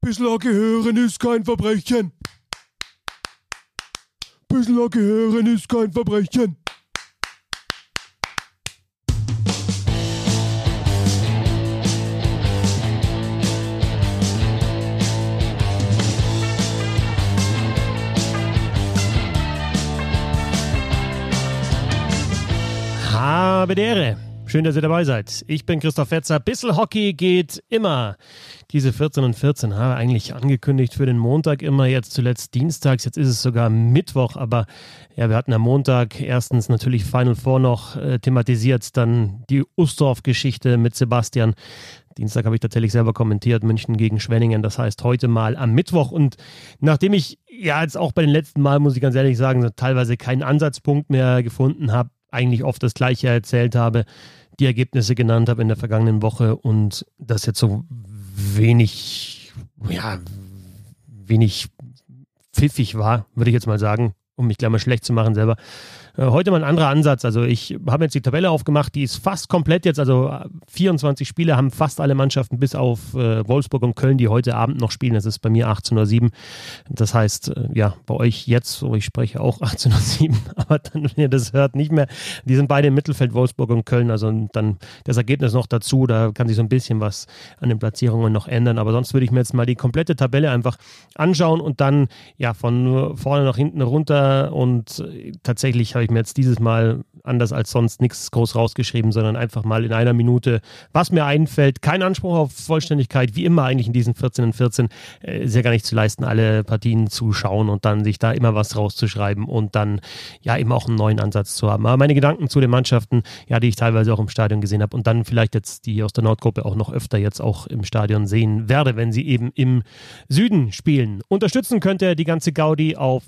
Bislang hören ist kein Verbrechen. Bislang hören ist kein Verbrechen. Habe die Ehre. Schön, dass ihr dabei seid. Ich bin Christoph Fetzer. Bissl Hockey geht immer. Diese 14 und 14 habe ich eigentlich angekündigt für den Montag immer, jetzt zuletzt dienstags, jetzt ist es sogar Mittwoch, aber ja, wir hatten am Montag erstens natürlich Final Four noch thematisiert, dann die Ustorf-Geschichte mit Sebastian. Dienstag habe ich tatsächlich selber kommentiert, München gegen Schwenningen, das heißt heute mal am Mittwoch. Und nachdem ich ja jetzt auch bei den letzten Mal, muss ich ganz ehrlich sagen, so teilweise keinen Ansatzpunkt mehr gefunden habe, eigentlich oft das Gleiche erzählt habe, die Ergebnisse genannt habe in der vergangenen Woche und das jetzt so wenig pfiffig war, würde ich jetzt mal sagen, um mich gleich mal schlecht zu machen selber. Heute mal ein anderer Ansatz. Also ich habe jetzt die Tabelle aufgemacht, die ist fast komplett jetzt, also 24 Spiele haben fast alle Mannschaften bis auf Wolfsburg und Köln, die heute Abend noch spielen. Das ist bei mir 18:07 Uhr. Das heißt, ja, bei euch jetzt, so ich spreche auch 18:07 Uhr, aber dann, wenn ihr das hört, nicht mehr. Die sind beide im Mittelfeld, Wolfsburg und Köln, also dann das Ergebnis noch dazu, da kann sich so ein bisschen was an den Platzierungen noch ändern, aber sonst würde ich mir jetzt mal die komplette Tabelle einfach anschauen und dann ja von vorne nach hinten runter und tatsächlich habe ich mir jetzt dieses Mal anders als sonst nichts groß rausgeschrieben, sondern einfach mal in einer Minute, was mir einfällt. Kein Anspruch auf Vollständigkeit, wie immer eigentlich in diesen 14 und 14. Ist ja gar nicht zu leisten, alle Partien zu schauen und dann sich da immer was rauszuschreiben und dann ja eben auch einen neuen Ansatz zu haben. Aber meine Gedanken zu den Mannschaften, ja, die ich teilweise auch im Stadion gesehen habe und dann vielleicht jetzt die aus der Nordgruppe auch noch öfter jetzt auch im Stadion sehen werde, wenn sie eben im Süden spielen. Unterstützen könnt ihr die ganze Gaudi auf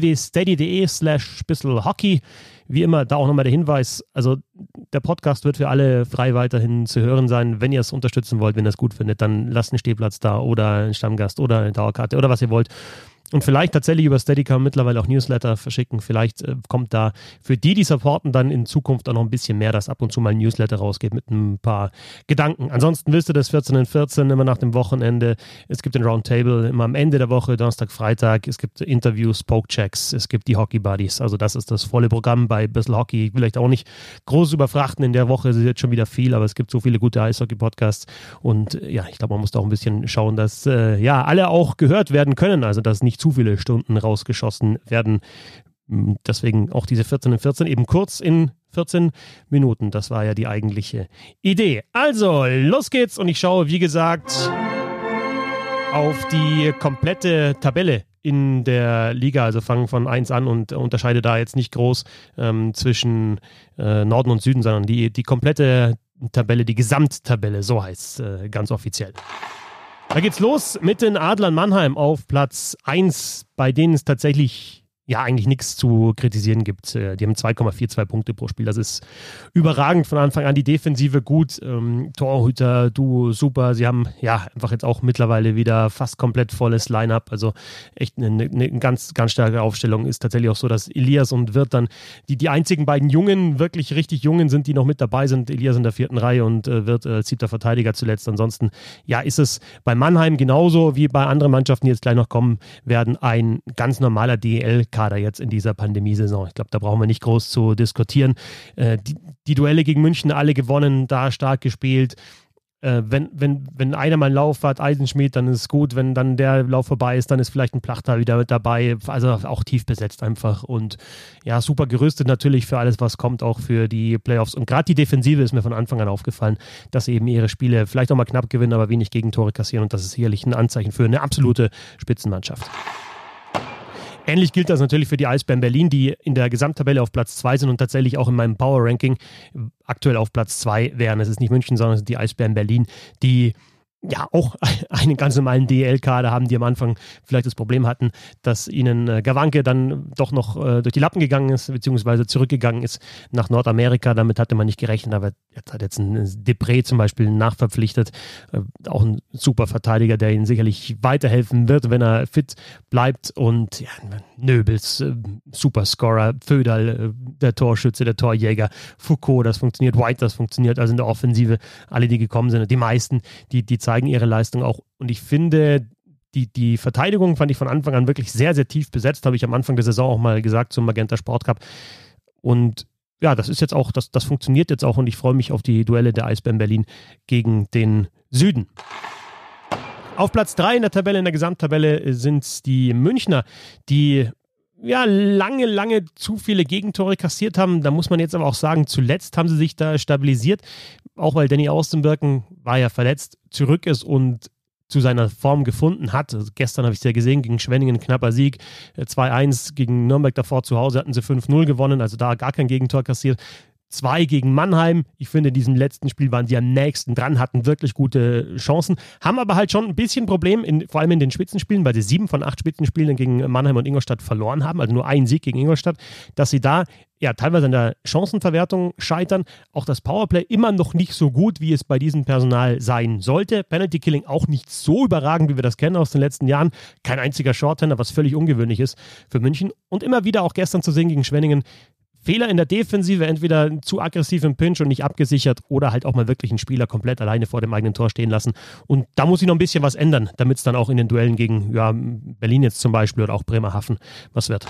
www.steady.de/bisselhockey. Wie immer, da auch nochmal der Hinweis, also der Podcast wird für alle frei weiterhin zu hören sein. Wenn ihr es unterstützen wollt, wenn ihr es gut findet, dann lasst einen Stehplatz da oder einen Stammgast oder eine Dauerkarte oder was ihr wollt. Und vielleicht tatsächlich über Steadicam mittlerweile auch Newsletter verschicken. Vielleicht kommt da für die supporten, dann in Zukunft auch noch ein bisschen mehr, dass ab und zu mal ein Newsletter rausgeht mit ein paar Gedanken. Ansonsten wisst ihr das 14 und 14 immer nach dem Wochenende. Es gibt den Roundtable immer am Ende der Woche, Donnerstag, Freitag. Es gibt Interviews, Pokechecks, es gibt die Hockey Buddies. Also das ist das volle Programm bei Bissl Hockey. Ich will euch auch nicht groß überfrachten in der Woche. Es ist jetzt schon wieder viel, aber es gibt so viele gute Eishockey-Podcasts. Und ja, ich glaube, man muss da auch ein bisschen schauen, dass ja alle auch gehört werden können. Also dass nicht zu viele Stunden rausgeschossen werden. Deswegen auch diese 14 und 14 eben kurz in 14 Minuten. Das war ja die eigentliche Idee. Also, los geht's und ich schaue, wie gesagt, auf die komplette Tabelle in der Liga, also fangen von 1 an und unterscheide da jetzt nicht groß zwischen Norden und Süden, sondern die komplette Tabelle, die Gesamttabelle, so heißt es ganz offiziell. Da geht's los mit den Adlern Mannheim auf Platz 1, bei denen es tatsächlich ja eigentlich nichts zu kritisieren gibt. Die haben 2,42 Punkte pro Spiel. Das ist überragend von Anfang an. Die Defensive gut, Torhüter, Duo, super. Sie haben ja einfach jetzt auch mittlerweile wieder fast komplett volles Line-Up. Also echt eine ganz, ganz starke Aufstellung. Ist tatsächlich auch so, dass Elias und Wirth dann die einzigen beiden Jungen, wirklich richtig Jungen sind, die noch mit dabei sind. Elias in der 4. Reihe und Wirth als 7. Verteidiger zuletzt. Ansonsten ja, ist es bei Mannheim genauso wie bei anderen Mannschaften, die jetzt gleich noch kommen werden, ein ganz normaler DEL-Kader jetzt in dieser Pandemiesaison. Ich glaube, da brauchen wir nicht groß zu diskutieren. Die Duelle gegen München alle gewonnen, da stark gespielt. Wenn einer mal einen Lauf hat, Eisenschmied, dann ist es gut. Wenn dann der Lauf vorbei ist, dann ist vielleicht ein Plachter wieder mit dabei. Also auch tief besetzt einfach und ja, super gerüstet natürlich für alles, was kommt, auch für die Playoffs. Und gerade die Defensive ist mir von Anfang an aufgefallen, dass sie eben ihre Spiele vielleicht auch mal knapp gewinnen, aber wenig Gegentore kassieren und das ist sicherlich ein Anzeichen für eine absolute Spitzenmannschaft. Ähnlich gilt das natürlich für die Eisbären Berlin, die in der Gesamttabelle auf Platz 2 sind und tatsächlich auch in meinem Power-Ranking aktuell auf Platz 2 wären. Es ist nicht München, sondern es sind die Eisbären Berlin, die ja auch einen ganz normalen DEL-Kader haben, die am Anfang vielleicht das Problem hatten, dass ihnen Gawanke dann doch noch durch die Lappen gegangen ist, beziehungsweise zurückgegangen ist nach Nordamerika. Damit hatte man nicht gerechnet, aber jetzt hat ein Depré zum Beispiel nachverpflichtet. Auch ein super Verteidiger, der ihnen sicherlich weiterhelfen wird, wenn er fit bleibt. Und ja, Nöbels, Superscorer, Föderl, der Torschütze, der Torjäger, Foucault, das funktioniert, White, das funktioniert. Also in der Offensive, alle, die gekommen sind, die meisten, die zeigen ihre Leistung auch. Und ich finde, Die Verteidigung fand ich von Anfang an wirklich sehr, sehr tief besetzt, habe ich am Anfang der Saison auch mal gesagt zum Magenta Sport Cup. Und ja, das ist jetzt auch, das funktioniert jetzt auch und ich freue mich auf die Duelle der Eisbären Berlin gegen den Süden. Auf Platz 3 in der Tabelle, in der Gesamttabelle sind die Münchner, die ja lange zu viele Gegentore kassiert haben. Da muss man jetzt aber auch sagen, zuletzt haben sie sich da stabilisiert, auch weil Danny Austenbirken war ja verletzt, zurück ist und zu seiner Form gefunden hat. Also gestern habe ich es ja gesehen, gegen Schwenningen knapper Sieg, 2-1 gegen Nürnberg davor zu Hause hatten sie 5-0 gewonnen, also da gar kein Gegentor kassiert. 2 gegen Mannheim. Ich finde, in diesem letzten Spiel waren sie am nächsten dran, hatten wirklich gute Chancen, haben aber halt schon ein bisschen Problem, vor allem in den Spitzenspielen, weil sie 7 von 8 Spitzenspielen gegen Mannheim und Ingolstadt verloren haben, also nur einen Sieg gegen Ingolstadt, dass sie da ja teilweise an der Chancenverwertung scheitern. Auch das Powerplay immer noch nicht so gut, wie es bei diesem Personal sein sollte. Penalty Killing auch nicht so überragend, wie wir das kennen aus den letzten Jahren. Kein einziger Shorthander, was völlig ungewöhnlich ist für München. Und immer wieder auch gestern zu sehen gegen Schwenningen, Fehler in der Defensive, entweder zu aggressiv im Pinch und nicht abgesichert oder halt auch mal wirklich einen Spieler komplett alleine vor dem eigenen Tor stehen lassen. Und da muss sich noch ein bisschen was ändern, damit es dann auch in den Duellen gegen Berlin jetzt zum Beispiel oder auch Bremerhaven was wird.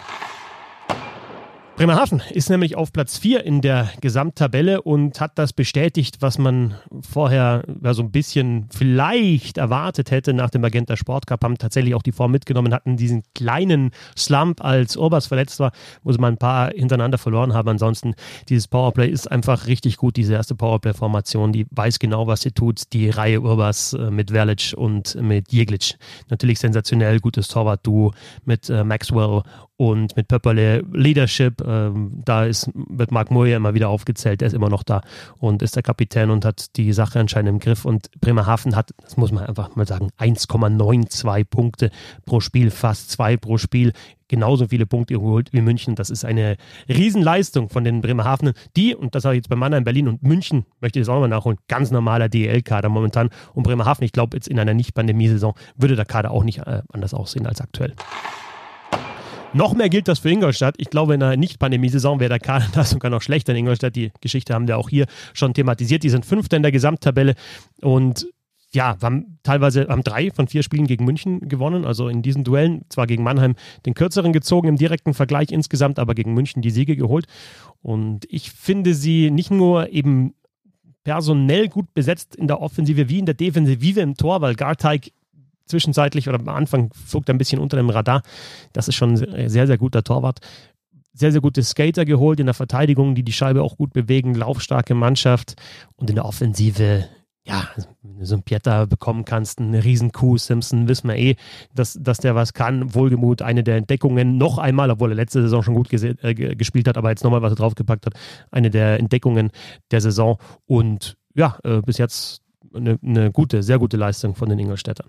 Bremerhaven ist nämlich auf Platz 4 in der Gesamttabelle und hat das bestätigt, was man vorher so ein bisschen vielleicht erwartet hätte nach dem Magenta Sport Cup, haben tatsächlich auch die Form mitgenommen, hatten diesen kleinen Slump, als Urbas verletzt war, wo sie mal ein paar hintereinander verloren haben. Ansonsten, dieses Powerplay ist einfach richtig gut, diese erste Powerplay-Formation, die weiß genau, was sie tut. Die Reihe Urbas mit Verlic und mit Jeglic, natürlich sensationell, gutes Torwart-Duo mit Maxwell und mit Pöpperle. Leadership, wird Marc Moyer immer wieder aufgezählt, der ist immer noch da und ist der Kapitän und hat die Sache anscheinend im Griff. Und Bremerhaven hat, das muss man einfach mal sagen, 1,92 Punkte pro Spiel, fast 2 pro Spiel, genauso viele Punkte geholt wie München. Das ist eine Riesenleistung von den Bremerhavenern, die, und das sage ich jetzt bei Mannheim, Berlin und München, möchte ich das auch nochmal nachholen, ganz normaler DEL-Kader momentan. Und Bremerhaven, ich glaube, jetzt in einer Nicht-Pandemie-Saison würde der Kader auch nicht anders aussehen als aktuell. Noch mehr gilt das für Ingolstadt. Ich glaube, in einer Nicht-Pandemie-Saison wäre der Kader da sogar noch schlechter in Ingolstadt. Die Geschichte haben wir auch hier schon thematisiert. Die sind 5. in der Gesamttabelle und ja, haben 3 von 4 Spielen gegen München gewonnen. Also in diesen Duellen, zwar gegen Mannheim den kürzeren gezogen im direkten Vergleich insgesamt, aber gegen München die Siege geholt. Und ich finde sie nicht nur eben personell gut besetzt in der Offensive wie in der Defensive, wie im Tor, weil Garteig zwischenzeitlich oder am Anfang flog er ein bisschen unter dem Radar. Das ist schon ein sehr, sehr guter Torwart. Sehr, sehr gute Skater geholt in der Verteidigung, die Scheibe auch gut bewegen, laufstarke Mannschaft. Und in der Offensive, ja, wenn du so einen Pieter bekommen kannst, einen Riesen-Coup, Simpson, wissen wir dass der was kann. Wohlgemut, eine der Entdeckungen noch einmal, obwohl er letzte Saison schon gut gespielt hat, aber jetzt nochmal was er draufgepackt hat. Eine der Entdeckungen der Saison. Und ja, bis jetzt eine gute, sehr gute Leistung von den Ingolstädtern.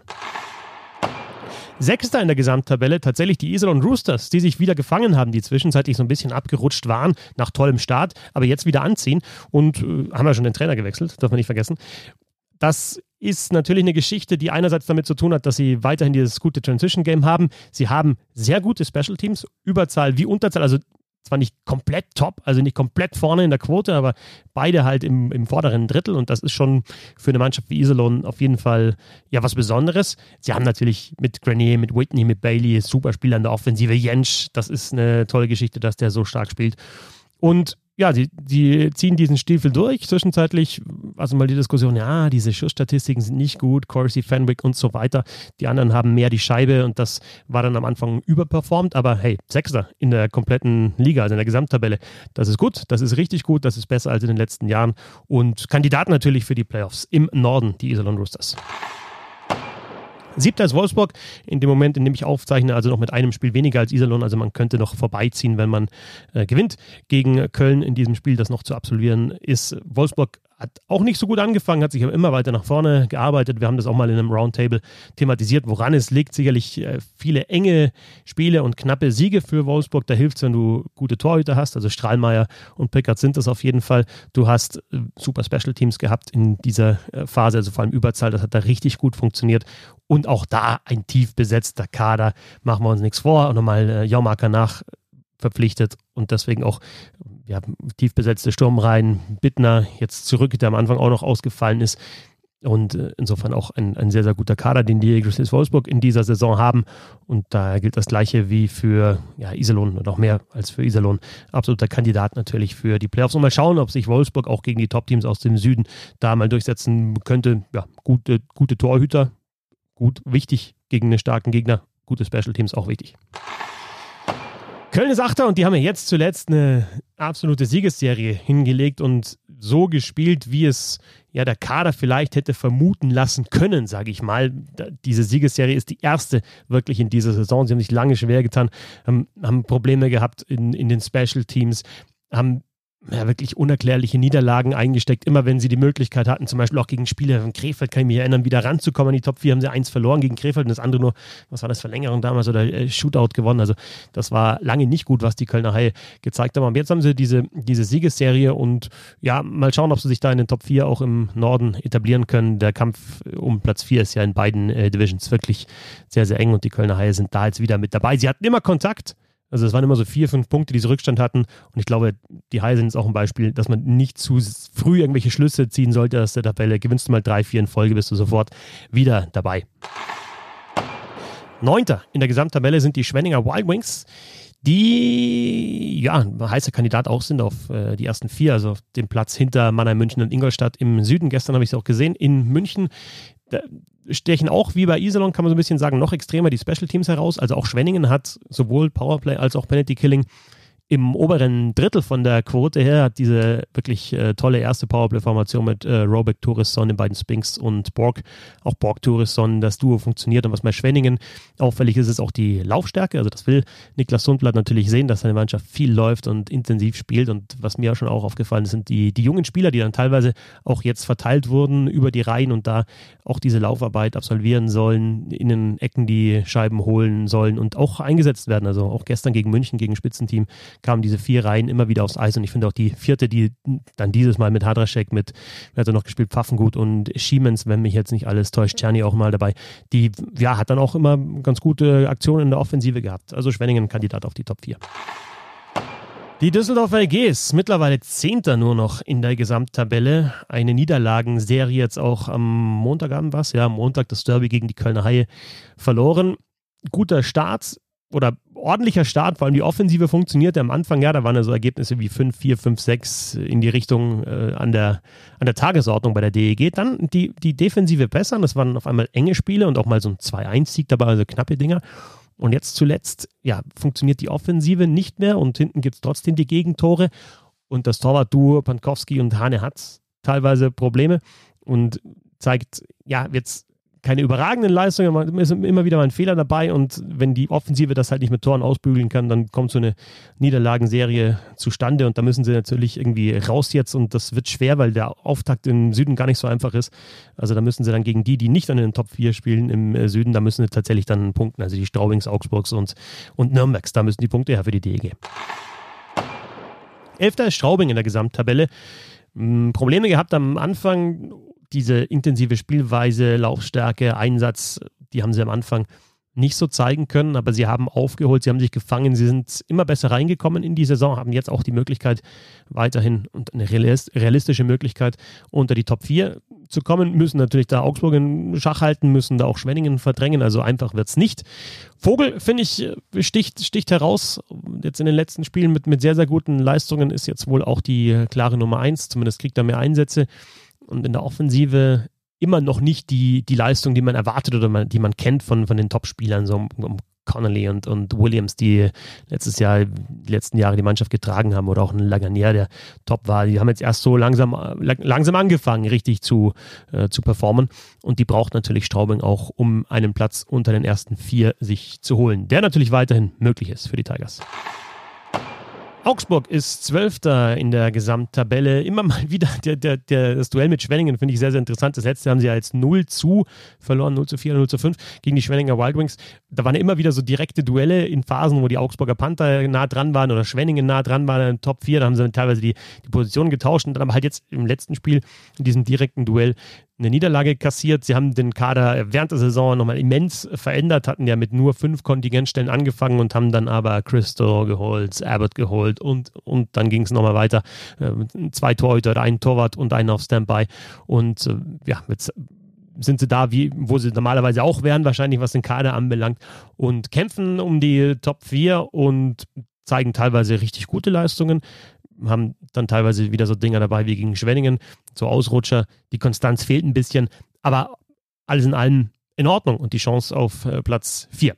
6. in der Gesamttabelle tatsächlich die Iserlohn Roosters, die sich wieder gefangen haben, die zwischenzeitlich so ein bisschen abgerutscht waren nach tollem Start, aber jetzt wieder anziehen und haben ja schon den Trainer gewechselt, darf man nicht vergessen. Das ist natürlich eine Geschichte, die einerseits damit zu tun hat, dass sie weiterhin dieses gute Transition-Game haben. Sie haben sehr gute Special Teams, Überzahl wie Unterzahl, also zwar nicht komplett top, also nicht komplett vorne in der Quote, aber beide halt im vorderen Drittel und das ist schon für eine Mannschaft wie Iserlohn auf jeden Fall ja was Besonderes. Sie haben natürlich mit Grenier, mit Whitney, mit Bailey super Spieler in der Offensive. Jentsch, das ist eine tolle Geschichte, dass der so stark spielt. Und ja, die ziehen diesen Stiefel durch. Zwischenzeitlich, also mal die Diskussion, ja, diese Schussstatistiken sind nicht gut, Corsi, Fenwick und so weiter. Die anderen haben mehr die Scheibe und das war dann am Anfang überperformt. Aber hey, 6. in der kompletten Liga, also in der Gesamttabelle, das ist gut, das ist richtig gut, das ist besser als in den letzten Jahren. Und Kandidat natürlich für die Playoffs im Norden, die Iserlohn Roosters. 7. ist Wolfsburg, in dem Moment, in dem ich aufzeichne, also noch mit einem Spiel weniger als Iserlohn, also man könnte noch vorbeiziehen, wenn man gewinnt gegen Köln in diesem Spiel, das noch zu absolvieren ist. Wolfsburg hat auch nicht so gut angefangen, hat sich aber immer weiter nach vorne gearbeitet. Wir haben das auch mal in einem Roundtable thematisiert, woran es liegt. Sicherlich viele enge Spiele und knappe Siege für Wolfsburg. Da hilft es, wenn du gute Torhüter hast. Also Strahlmeier und Pickard sind das auf jeden Fall. Du hast super Special Teams gehabt in dieser Phase, also vor allem Überzahl. Das hat da richtig gut funktioniert. Und auch da ein tief besetzter Kader. Machen wir uns nichts vor. Und nochmal Jaumarker nach verpflichtet und deswegen auch tief besetzte Sturmreihen. Bittner jetzt zurück, der am Anfang auch noch ausgefallen ist. Und insofern auch ein sehr, sehr guter Kader, den die Grizzlies Wolfsburg in dieser Saison haben. Und da gilt das Gleiche wie für Iserlohn und auch mehr als für Iserlohn. Absoluter Kandidat natürlich für die Playoffs. Und mal schauen, ob sich Wolfsburg auch gegen die Top-Teams aus dem Süden da mal durchsetzen könnte. Ja, gute Torhüter, gut, wichtig gegen einen starken Gegner. Gute Special Teams, auch wichtig. Köln ist Achter und die haben ja jetzt zuletzt eine absolute Siegesserie hingelegt und so gespielt, wie es der Kader vielleicht hätte vermuten lassen können, sage ich mal. Diese Siegesserie ist die erste wirklich in dieser Saison. Sie haben sich lange schwer getan, haben Probleme gehabt in den Special Teams, haben wirklich unerklärliche Niederlagen eingesteckt, immer wenn sie die Möglichkeit hatten, zum Beispiel auch gegen Spieler von Krefeld, kann ich mich erinnern, wieder ranzukommen an die Top 4, haben sie 1 verloren gegen Krefeld und das andere nur, was war das, Verlängerung damals oder Shootout gewonnen, also das war lange nicht gut, was die Kölner Haie gezeigt haben, aber jetzt haben sie diese Siegesserie und mal schauen, ob sie sich da in den Top 4 auch im Norden etablieren können. Der Kampf um Platz 4 ist ja in beiden Divisions wirklich sehr, sehr eng und die Kölner Haie sind da jetzt wieder mit dabei. Sie hatten immer Kontakt. Also es waren immer so 4, 5 Punkte, die sie Rückstand hatten. Und ich glaube, die Haie sind jetzt auch ein Beispiel, dass man nicht zu früh irgendwelche Schlüsse ziehen sollte aus der Tabelle. Gewinnst du mal 3, 4 in Folge, bist du sofort wieder dabei. 9. in der Gesamttabelle sind die Schwenninger Wild Wings, die ein heißer Kandidat auch sind auf die ersten 4, also auf dem Platz hinter Mannheim, München und Ingolstadt im Süden. Gestern habe ich es auch gesehen, in München. Da stechen auch, wie bei Iserlohn, kann man so ein bisschen sagen, noch extremer die Special Teams heraus. Also auch Schwenningen hat sowohl Powerplay als auch Penalty Killing im oberen Drittel von der Quote her, hat diese wirklich tolle erste Powerplay-Formation mit Robeck, Tourisson, den beiden Spinks und Borg. Auch Borg, Tourisson, das Duo funktioniert. Und was bei Schwenningen auffällig ist, ist auch die Laufstärke. Also das will Niklas Sundblatt natürlich sehen, dass seine Mannschaft viel läuft und intensiv spielt. Und was mir auch schon aufgefallen ist, sind die jungen Spieler, die dann teilweise auch jetzt verteilt wurden über die Reihen und da auch diese Laufarbeit absolvieren sollen, in den Ecken die Scheiben holen sollen und auch eingesetzt werden. Also auch gestern gegen München, gegen Spitzenteam, kamen diese 4 Reihen immer wieder aufs Eis und ich finde auch die 4., die dann dieses Mal mit Hadraschek, wer hat er noch gespielt, Pfaffengut und Schiemens, wenn mich jetzt nicht alles täuscht, Czerny auch mal dabei, die hat dann auch immer ganz gute Aktionen in der Offensive gehabt. Also Schwenningen Kandidat auf die Top 4. Die Düsseldorfer EG ist mittlerweile 10. nur noch in der Gesamttabelle. Eine Niederlagenserie jetzt auch am Montagabend am Montag das Derby gegen die Kölner Haie verloren. Guter Start oder ordentlicher Start, vor allem die Offensive funktionierte am Anfang, da waren ja so Ergebnisse wie 5-4, 5-6 in die Richtung an der Tagesordnung bei der DEG. Dann die Defensive besser, das waren auf einmal enge Spiele und auch mal so ein 2-1-Sieg dabei, also knappe Dinger. Und jetzt zuletzt, funktioniert die Offensive nicht mehr und hinten gibt es trotzdem die Gegentore und das Torwart-Duo Pankowski und Hane hat teilweise Probleme und zeigt, jetzt keine überragenden Leistungen, ist immer wieder mal ein Fehler dabei und wenn die Offensive das halt nicht mit Toren ausbügeln kann, dann kommt so eine Niederlagenserie zustande und da müssen sie natürlich irgendwie raus jetzt und das wird schwer, weil der Auftakt im Süden gar nicht so einfach ist. Also da müssen sie dann gegen die nicht an den Top 4 spielen im Süden, da müssen sie tatsächlich dann punkten, also die Straubings, Augsburgs und Nürnbergs, da müssen die Punkte her für die DEG. 11. ist Straubing in der Gesamttabelle. Probleme gehabt am Anfang, diese intensive Spielweise, Laufstärke, Einsatz, die haben sie am Anfang nicht so zeigen können, aber sie haben aufgeholt, sie haben sich gefangen, sie sind immer besser reingekommen in die Saison, haben jetzt auch die Möglichkeit weiterhin und eine realistische Möglichkeit unter die Top 4 zu kommen, müssen natürlich da Augsburg in Schach halten, müssen da auch Schwenningen verdrängen, also einfach wird es nicht. Vogel, finde ich, sticht heraus, jetzt in den letzten Spielen mit sehr, sehr guten Leistungen ist jetzt wohl auch die klare Nummer 1, zumindest kriegt er mehr Einsätze. Und in der Offensive immer noch nicht die Leistung, die man erwartet oder die man kennt von den Top-Spielern, so um Connolly und Williams, die die letzten Jahre die Mannschaft getragen haben oder auch ein Lagunier, der top war. Die haben jetzt erst so langsam angefangen, richtig zu performen und die braucht natürlich Straubing auch, um einen Platz unter den ersten 4 sich zu holen, der natürlich weiterhin möglich ist für die Tigers. Augsburg ist 12. in der Gesamttabelle. Immer mal wieder das Duell mit Schwenningen finde ich sehr, sehr interessant. Das letzte haben sie als 0-4, 0-5 gegen die Schwenninger Wild Wings. Da waren ja immer wieder so direkte Duelle in Phasen, wo die Augsburger Panther nah dran waren oder Schwenningen nah dran waren in den Top 4. Da haben sie dann teilweise die Position getauscht und dann aber halt jetzt im letzten Spiel, in diesem direkten Duell, eine Niederlage kassiert. Sie haben den Kader während der Saison nochmal immens verändert, hatten ja mit nur 5 Kontingentstellen angefangen und haben dann aber Christo geholt, Abbott geholt und dann ging es nochmal weiter. 2 Torhüter, 1 Torwart und einen auf Standby. Und jetzt sind sie da, wo sie normalerweise auch wären, wahrscheinlich was den Kader anbelangt, und kämpfen um die Top 4 und zeigen teilweise richtig gute Leistungen. Haben dann teilweise wieder so Dinger dabei wie gegen Schwenningen, so Ausrutscher. Die Konstanz fehlt ein bisschen, aber alles in allem in Ordnung und die Chance auf Platz 4.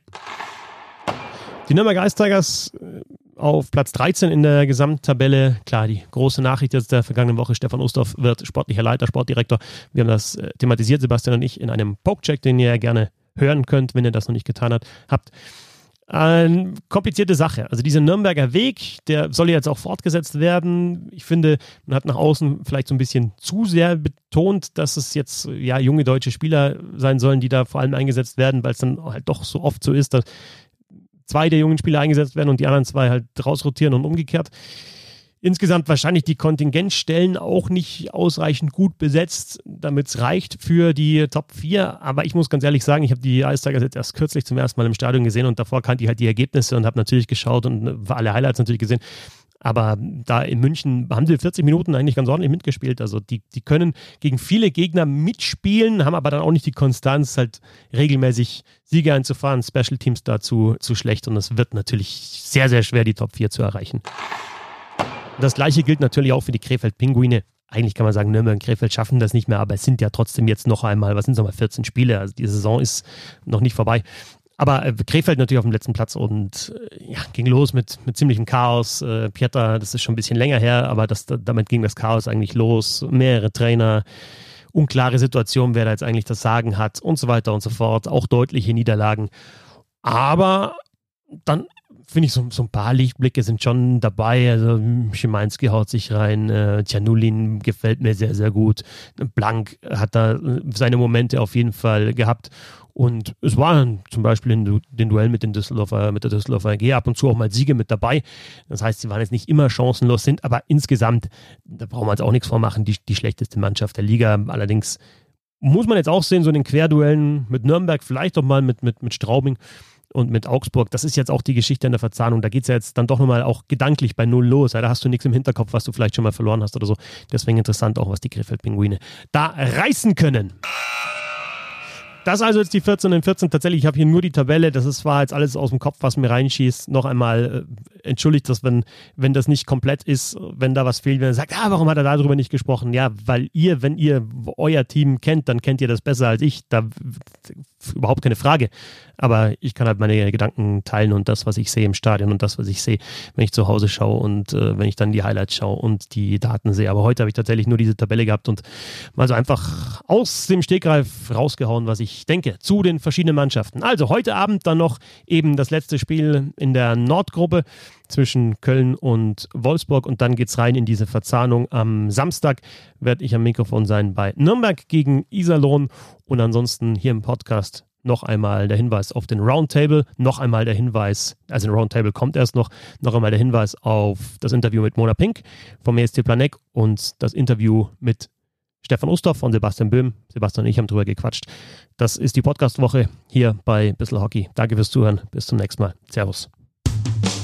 Die Nürnberg Ice Tigers auf Platz 13 in der Gesamttabelle. Klar, die große Nachricht jetzt der vergangenen Woche: Stefan Ustorf wird sportlicher Leiter, Sportdirektor. Wir haben das thematisiert, Sebastian und ich, in einem Pokecheck, den ihr gerne hören könnt, wenn ihr das noch nicht getan habt. Eine komplizierte Sache. Also dieser Nürnberger Weg, der soll jetzt auch fortgesetzt werden. Ich finde, man hat nach außen vielleicht so ein bisschen zu sehr betont, dass es jetzt junge deutsche Spieler sein sollen, die da vor allem eingesetzt werden, weil es dann halt doch so oft so ist, dass 2 der jungen Spieler eingesetzt werden und die anderen 2 halt rausrotieren und umgekehrt. Insgesamt wahrscheinlich die Kontingentstellen auch nicht ausreichend gut besetzt, damit es reicht für die Top 4. Aber ich muss ganz ehrlich sagen, ich habe die Ice Tigers jetzt erst kürzlich zum ersten Mal im Stadion gesehen und davor kannte ich halt die Ergebnisse und habe natürlich geschaut und alle Highlights natürlich gesehen. Aber da in München haben sie 40 Minuten eigentlich ganz ordentlich mitgespielt. Also die können gegen viele Gegner mitspielen, haben aber dann auch nicht die Konstanz, halt regelmäßig Siege einzufahren. Special Teams dazu zu schlecht und es wird natürlich sehr, sehr schwer, die Top 4 zu erreichen. Das Gleiche gilt natürlich auch für die Krefeld-Pinguine. Eigentlich kann man sagen, Nürnberg und Krefeld schaffen das nicht mehr, aber es sind ja trotzdem jetzt noch einmal, 14 Spiele, also die Saison ist noch nicht vorbei. Aber Krefeld natürlich auf dem letzten Platz und ging los mit ziemlichem Chaos. Pieter, das ist schon ein bisschen länger her, aber damit ging das Chaos eigentlich los. Mehrere Trainer, unklare Situation, wer da jetzt eigentlich das Sagen hat und so weiter und so fort. Auch deutliche Niederlagen. Aber dann finde ich, so ein paar Lichtblicke sind schon dabei. Also Schimanski haut sich rein, Cianulin gefällt mir sehr, sehr gut. Blank hat da seine Momente auf jeden Fall gehabt. Und es waren zum Beispiel in den Duell mit der Düsseldorfer AG ab und zu auch mal Siege mit dabei. Das heißt, sie waren jetzt nicht immer chancenlos, sind aber insgesamt, da brauchen wir jetzt auch nichts vormachen, die schlechteste Mannschaft der Liga. Allerdings muss man jetzt auch sehen, so in den Querduellen mit Nürnberg, vielleicht auch mal mit Straubing und mit Augsburg, das ist jetzt auch die Geschichte in der Verzahnung. Da geht es ja jetzt dann doch nochmal auch gedanklich bei 0 los. Ja, da hast du nichts im Hinterkopf, was du vielleicht schon mal verloren hast oder so. Deswegen interessant auch, was die Krefeld-Pinguine da reißen können. Das ist also jetzt die 14 und 14. Tatsächlich, ich habe hier nur die Tabelle. Das war jetzt alles aus dem Kopf, was mir reinschießt. Noch einmal entschuldigt das, wenn das nicht komplett ist, wenn da was fehlt, wenn er sagt, warum hat er darüber nicht gesprochen? Ja, weil wenn ihr euer Team kennt, dann kennt ihr das besser als ich. Da überhaupt keine Frage. Aber ich kann halt meine Gedanken teilen und das, was ich sehe im Stadion und das, was ich sehe, wenn ich zu Hause schaue und wenn ich dann die Highlights schaue und die Daten sehe. Aber heute habe ich tatsächlich nur diese Tabelle gehabt und mal so einfach aus dem Stegreif rausgehauen, was ich denke zu den verschiedenen Mannschaften. Also heute Abend dann noch eben das letzte Spiel in der Nordgruppe zwischen Köln und Wolfsburg und dann geht's rein in diese Verzahnung. Am Samstag werde ich am Mikrofon sein bei Nürnberg gegen Iserlohn und ansonsten hier im Podcast noch einmal der Hinweis auf den Roundtable, noch einmal der Hinweis, also ein Roundtable kommt erst noch einmal der Hinweis auf das Interview mit Mona Pink vom ESC Planegg und das Interview mit Stefan Ustorf von Sebastian Böhm. Sebastian und ich haben drüber gequatscht. Das ist die Podcast-Woche hier bei Bissl Hockey. Danke fürs Zuhören. Bis zum nächsten Mal. Servus.